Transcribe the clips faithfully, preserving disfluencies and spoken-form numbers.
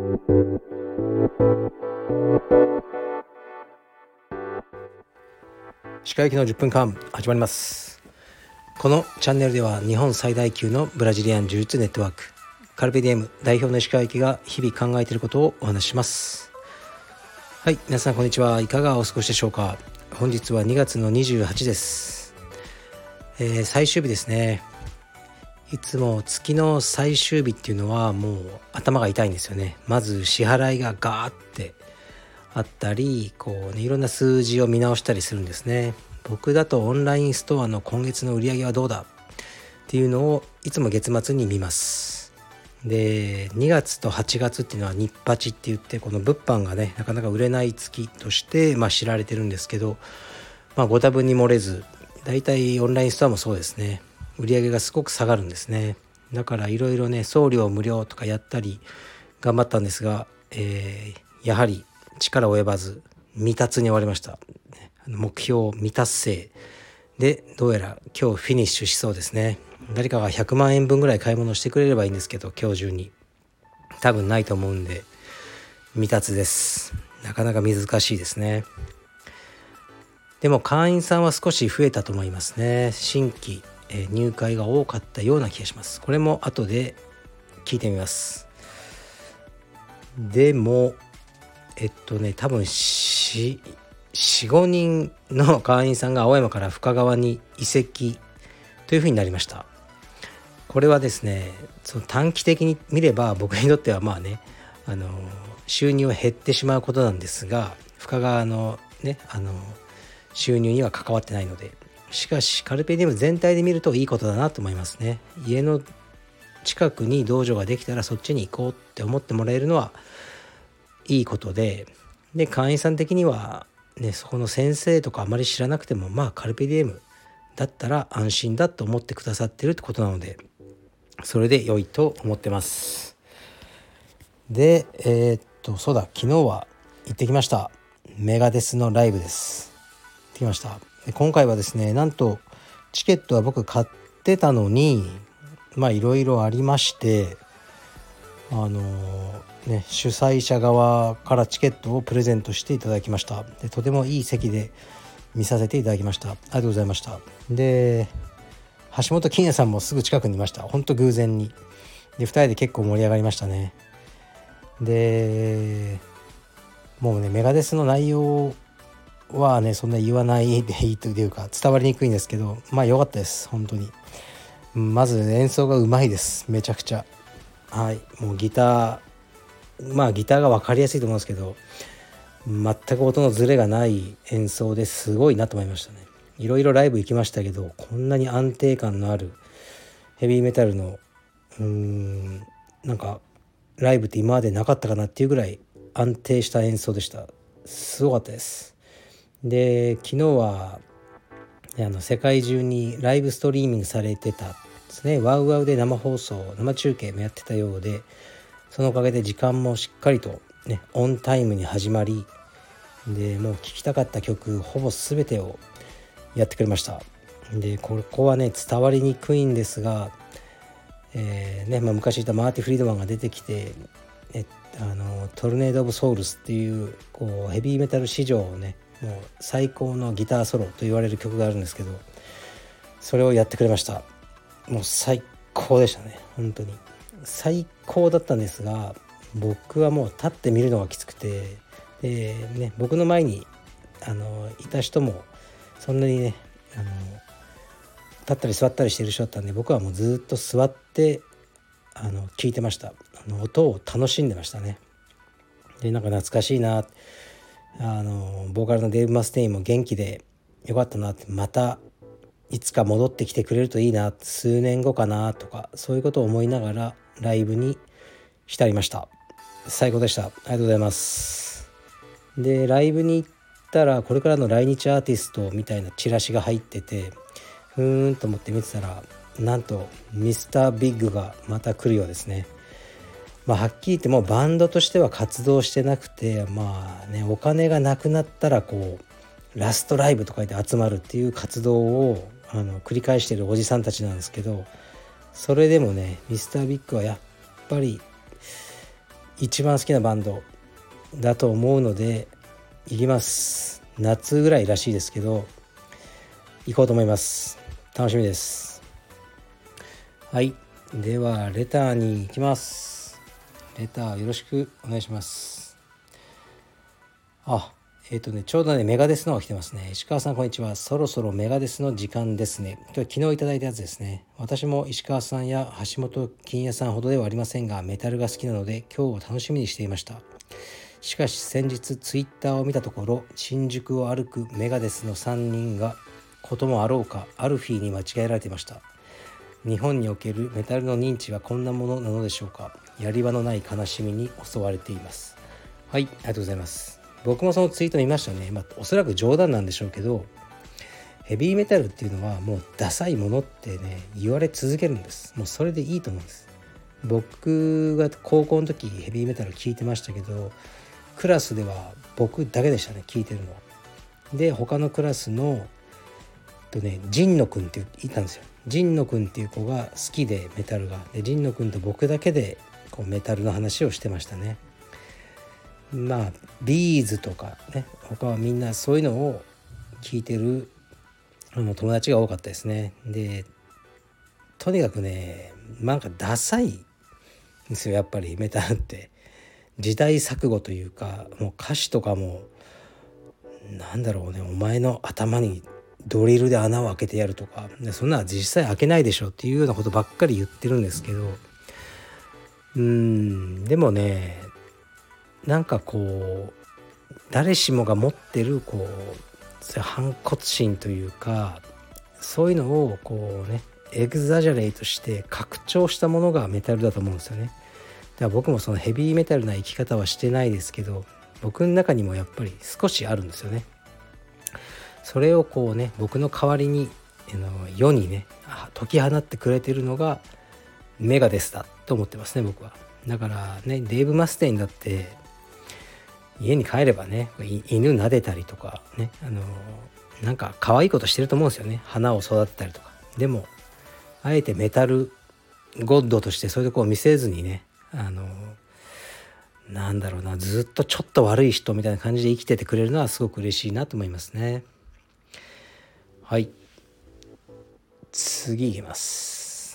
歯科医のじゅっぷんかん始まります。このチャンネルでは日本最大級のブラジリアン柔術ネットワークカルペディエム代表の歯科医が日々考えていることをお話しします。はい、皆さんこんにちは。いかがお過ごしでしょうか。本日はにがつのにじゅうはちです、えー、最終日ですね。いつも月の最終日っていうのはもう頭が痛いんですよね。まず支払いがガーってあったりこう、ね、いろんな数字を見直したりするんですね。僕だとオンラインストアの今月の売り上げはどうだっていうのをいつも月末に見ます。でにがつとはちがつっていうのは日八って言って、この物販がねなかなか売れない月として、まあ、知られてるんですけど、まあ、ご多分に漏れずだいたいオンラインストアもそうですね、売り上げがすごく下がるんですね。だからいろいろね送料無料とかやったり頑張ったんですが、えー、やはり力及ばず未達に終わりました。目標未達成で、どうやら今日フィニッシュしそうですね。誰かがひゃくまんえんぶんぐらい買い物してくれればいいんですけど、今日中に多分ないと思うんで未達です。なかなか難しいですね。でも会員さんは少し増えたと思いますね。新規入会が多かったような気がします。これも後で聞いてみます。でもえっとね多分よん、ごにんの会員さんが青山から深川に移籍というふうになりました。これはですね、その短期的に見れば僕にとってはまあね、あの収入は減ってしまうことなんですが、深川のねあの収入には関わってないので、しかしカルペディウム全体で見るといいことだなと思いますね。家の近くに道場ができたらそっちに行こうって思ってもらえるのはいいことで、で会員さん的にはね、そこの先生とかあまり知らなくても、まあカルペディエムだったら安心だと思ってくださってるってことなので、それで良いと思ってます。でえー、っとそうだ昨日は行ってきました。メガデスのライブです。行ってきました。で今回はですね、なんとチケットは僕買ってたのに、まあいろいろありまして、あのーね、主催者側からチケットをプレゼントしていただきました。でとてもいい席で見させていただきました。ありがとうございました。で橋本金也さんもすぐ近くにいました。本当偶然に。でふたりで結構盛り上がりましたね。でもうねメガデスの内容はねそんな言わないでいいというか伝わりにくいんですけど、まあ良かったです。本当にまず演奏がうまいです。めちゃくちゃ。はい、もうギターまあギターが分かりやすいと思うんですけど、全く音のズレがない演奏ですごいなと思いましたね。いろいろライブ行きましたけど、こんなに安定感のあるヘビーメタルのうーんなんかライブって今までなかったかなっていうぐらい安定した演奏でした。すごかったです。で昨日はあの世界中にライブストリーミングされてたですね。ワウワウで生放送生中継もやってたようで、そのおかげで時間もしっかりとねオンタイムに始まり、でもう聴きたかった曲ほぼ全てをやってくれました。でここはね伝わりにくいんですが、えーねまあ、昔いたマーティ・フリードマンが出てきて、えあのトルネード・オブ・ソウルスっていうこうヘビーメタル史上ねもう最高のギターソロと言われる曲があるんですけど、それをやってくれました。もう最高でしたね。本当に最高だったんですが、僕はもう立って見るのがきつくて、で、ね、僕の前にあのいた人もそんなにねあの立ったり座ったりしている人だったんで、僕はもうずっと座ってあの聞いてました。あの音を楽しんでましたね。でなんか懐かしいな、あのボーカルのデーブ・マステインも元気でよかったなって、またいつか戻ってきてくれるといいな、数年後かなとかそういうことを思いながらライブに浸りました。最高でした。ありがとうございます。でライブに行ったらこれからの来日アーティストみたいなチラシが入ってて、ふーんと思って見てたら、なんとミスタービッグがまた来るようですね。まあはっきり言ってもうバンドとしては活動してなくて、まあねお金がなくなったらこうラストライブとか言って集まるっていう活動をあの繰り返しているおじさんたちなんですけど、それでもねミスタービッグはやっぱり一番好きなバンドだと思うので行きます。夏ぐらいらしいですけど行こうと思います。楽しみです。はい、ではレターに行きます。レターよろしくお願いします。あえっ、ー、とねちょうどねメガデスのが来てますね。石川さんこんにちは。そろそろメガデスの時間ですね。これ昨日いただいたやつですね。私も石川さんや橋本金也さんほどではありませんがメタルが好きなので今日を楽しみにしていました。しかし先日ツイッターを見たところ新宿を歩くメガデスのさんにんがこともあろうかアルフィーに間違えられていました。日本におけるメタルの認知はこんなものなのでしょうか。やり場のない悲しみに襲われています。はい、ありがとうございます。僕もそのツイート見ましたね。まあおそらく冗談なんでしょうけど、ヘビーメタルっていうのはもうダサいものってね言われ続けるんです。もうそれでいいと思うんです。僕が高校の時ヘビーメタル聞いてましたけど、クラスでは僕だけでしたね聞いてるのは。で他のクラスのとね神野くんっていたんですよ。神野くんっていう子が好きでメタルがで神野くんと僕だけでこうメタルの話をしてましたね。まあビーズとかね他はみんなそういうのを聞いてる友達が多かったですね。でとにかくねなんかダサいんですよやっぱりメタルって。時代錯誤というかもう歌詞とかもなんだろうねお前の頭にドリルで穴を開けてやるとかそんな実際開けないでしょっていうようなことばっかり言ってるんですけど、うーんでもねなんかこう誰しもが持ってるこう反骨心というかそういうのをこうねエグザジャレイトして拡張したものがメタルだと思うんですよね。だから僕もそのヘビーメタルな生き方はしてないですけど僕の中にもやっぱり少しあるんですよね。それをこうね僕の代わりに世にね解き放ってくれてるのがメガデスだと思ってますね僕は。だからねデーブ・マステインだって家に帰ればね犬撫でたりとかねあのなんか可愛いことしてると思うんですよね。花を育てたりとか。でもあえてメタルゴッドとしてそういうとこを見せずにねあのなんだろうなずっとちょっと悪い人みたいな感じで生きててくれるのはすごく嬉しいなと思いますね。はい、次いきます。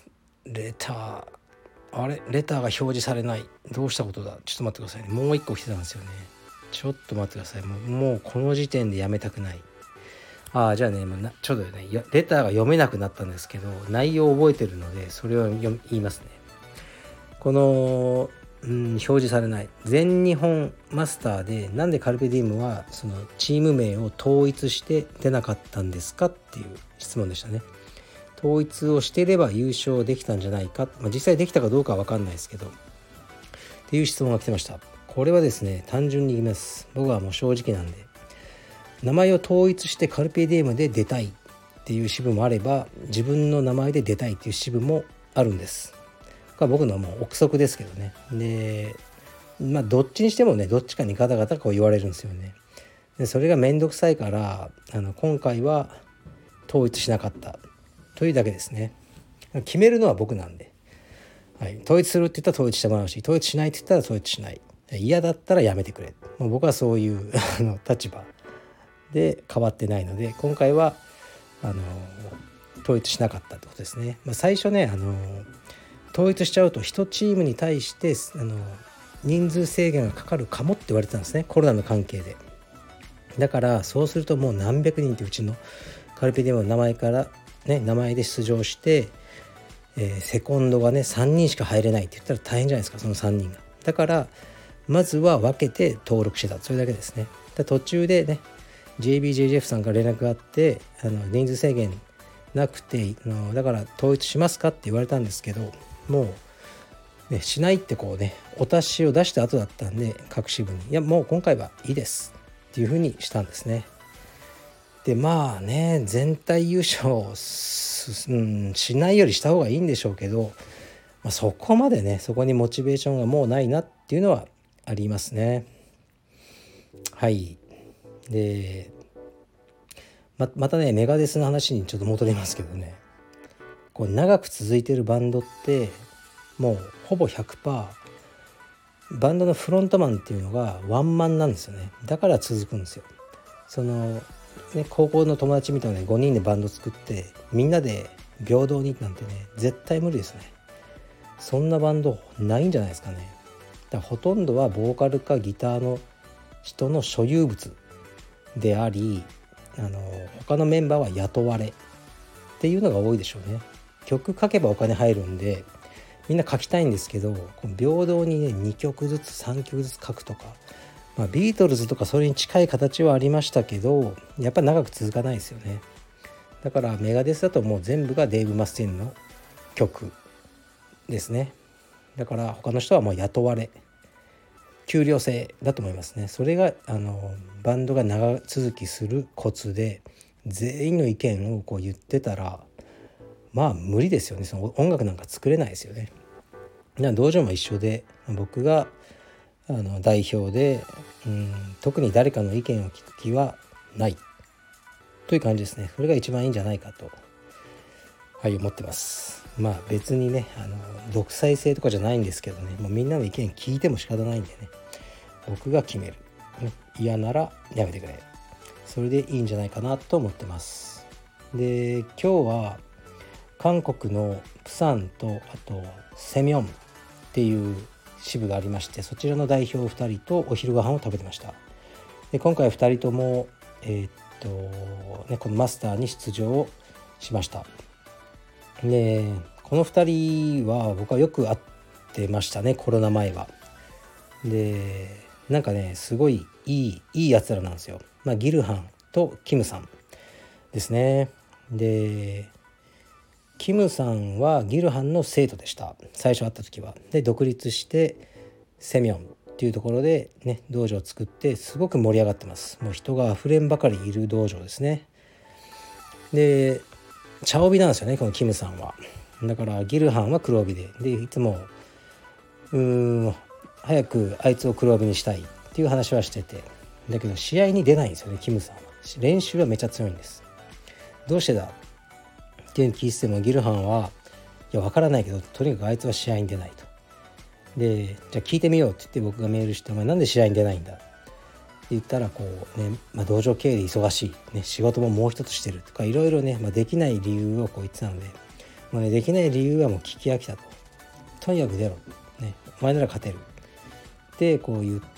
レターあれレターが表示されない。どうしたことだ。ちょっと待ってくださいね。もう一個来てたんですよね。ちょっと待ってください。もう、もうこの時点でやめたくない。ああじゃあねちょっとねレターが読めなくなったんですけど内容を覚えてるのでそれを言いますね。この、うん、表示されない全日本マスターでなんでカルペディウムはそのチーム名を統一して出なかったんですかっていう質問でしたね。統一をしていれば優勝できたんじゃないか、まあ、実際できたかどうかは分かんないですけどっていう質問が来てました。これはですね単純に言います。僕はもう正直なんで名前を統一してカルペディウムで出たいっていう支部もあれば自分の名前で出たいっていう支部もあるんです。これは僕のもう憶測ですけどね。でまあどっちにしてもねどっちかにガタガタこう言われるんですよね。でそれがめんどくさいからあの今回は統一しなかったというだけですね。決めるのは僕なんで、はい、統一するって言ったら統一してもらうし統一しないって言ったら統一しない。嫌だったらやめてくれ。もう僕はそういうあの立場で変わってないので今回はあの統一しなかったってことですね。まあ、最初ねあの統一しちゃうといちチームに対してあの人数制限がかかるかもって言われてたんですねコロナの関係で。だからそうするともう何百人ってうちのカルペディウムの名前からね名前で出場して、えー、セコンドがねさんにんしか入れないって言ったら大変じゃないですかそのさんにんが。だからまずは分けて登録してたそれだけですね。で途中でねジェイビージェイジェフ さんから連絡があってあの人数制限なくてだから統一しますかって言われたんですけどもう、ね、しないってこうねお達しを出した後だったんで各支部にいやもう今回はいいですっていうふうにしたんですね。でまあね全体優勝、うん、しないよりした方がいいんでしょうけど、まあ、そこまでねそこにモチベーションがもうないなっていうのはありますね。はいで ま, またねメガデスの話にちょっと戻りますけどねこう長く続いてるバンドってもうほぼ ひゃくパーセントバンドのフロントマンっていうのがワンマンなんですよね。だから続くんですよ。その、ね、高校の友達みたいなごにんでバンド作ってみんなで平等になんてね絶対無理ですね。そんなバンドないんじゃないですかね。だからほとんどはボーカルかギターの人の所有物であり、あの他のメンバーは雇われっていうのが多いでしょうね。曲書けばお金入るんでみんな書きたいんですけど、平等にねにきょくずつさんきょくずつ書くとか、まあ、ビートルズとかそれに近い形はありましたけど、やっぱり長く続かないですよね。だからメガデスだともう全部がデーブ・マスティンの曲ですね。だから他の人はもう雇われ、給料制だと思いますね。それがあのバンドが長続きするコツで、全員の意見をこう言ってたらまあ無理ですよね。その音楽なんか作れないですよね。道場も一緒で、僕があの代表で、うん、特に誰かの意見を聞く気はないという感じですね。それが一番いいんじゃないかと、はい、思ってます。まあ別にねあの独裁制とかじゃないんですけどね、もうみんなの意見聞いても仕方ないんでね、僕が決める、ね、嫌ならやめてくれ、それでいいんじゃないかなと思ってます。で今日は韓国のプサンとあとセミョンっていう支部がありまして、そちらの代表ふたりとお昼ご飯を食べてました。で今回ふたりとも、えーっとね、このマスターに出場しました。でこのふたりは僕はよく会ってましたね、コロナ前は。でなんかねすごいいいいいやつらなんですよ。まあ、ギルハンとキムさんですね。でキムさんはギルハンの生徒でした、最初会った時は。で独立してセミョンっていうところでね道場を作ってすごく盛り上がってます。もう人があふれんばかりいる道場ですね。で茶帯なんですよねこのキムさんは。だからギルハンは黒帯で、でいつもうーん早くあいつを黒帯にしたいっていう話はしてて、だけど試合に出ないんですよねキムさんは。練習はめちゃ強いんです。どうしてだっていうのを聞いてもギルハンはいや分からないけどとにかくあいつは試合に出ないと。でじゃあ聞いてみようって言って僕がメールして、お前なんで試合に出ないんだって言ったらこうね、まあ、道場経営で忙しい、ね、仕事ももう一つしてるとかいろいろね、まあ、できない理由をこう言ってたので、もうね、できない理由はもう聞き飽きたと。とにかく出ろ、ね、お前なら勝てるってこう言って、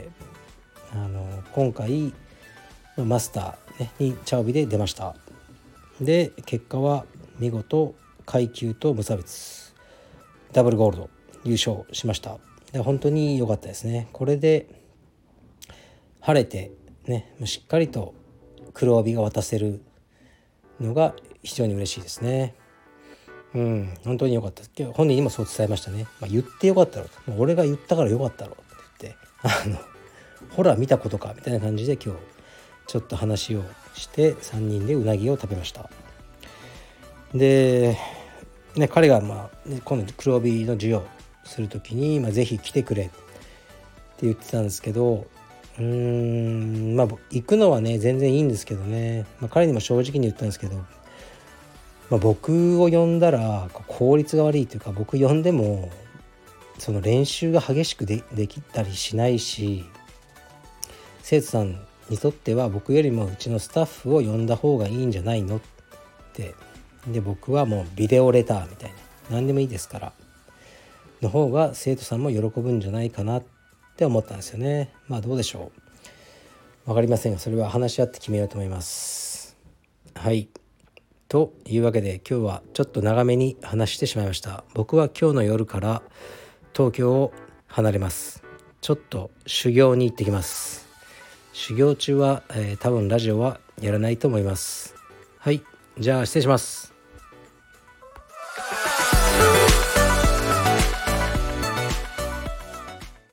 あの今回マスター、ね、に茶帯で出ました。で結果は見事階級と無差別ダブルゴールド優勝しました。で本当に良かったですね。これで晴れてねしっかりと黒帯が渡せるのが非常に嬉しいですね。うん本当に良かった。本人にもそう伝えましたね。まあ、言って良かったろうと、俺が言ったから良かったろうって言って、あのほら見たことかみたいな感じで今日ちょっと話をしてさんにんでうなぎを食べました。で、ね、彼が、まあ、ね、今度黒帯の授与するときに、まあ、ぜひ来てくれって言ってたんですけど、うーんまあ行くのはね全然いいんですけどね、まあ、彼にも正直に言ったんですけど、まあ、僕を呼んだら効率が悪いというか、僕呼んでもその練習が激しく で, できたりしないし、生徒さんにとっては僕よりもうちのスタッフを呼んだ方がいいんじゃないのって。で僕はもうビデオレターみたいな何でもいいですからの方が生徒さんも喜ぶんじゃないかなって思ったんですよね。まあどうでしょう、わかりませんが、それは話し合って決めようと思います。はい、というわけで今日はちょっと長めに話してしまいました。僕は今日の夜から東京を離れます。ちょっと修行に行ってきます。修行中は、えー、多分ラジオはやらないと思います。はい、じゃあ失礼します。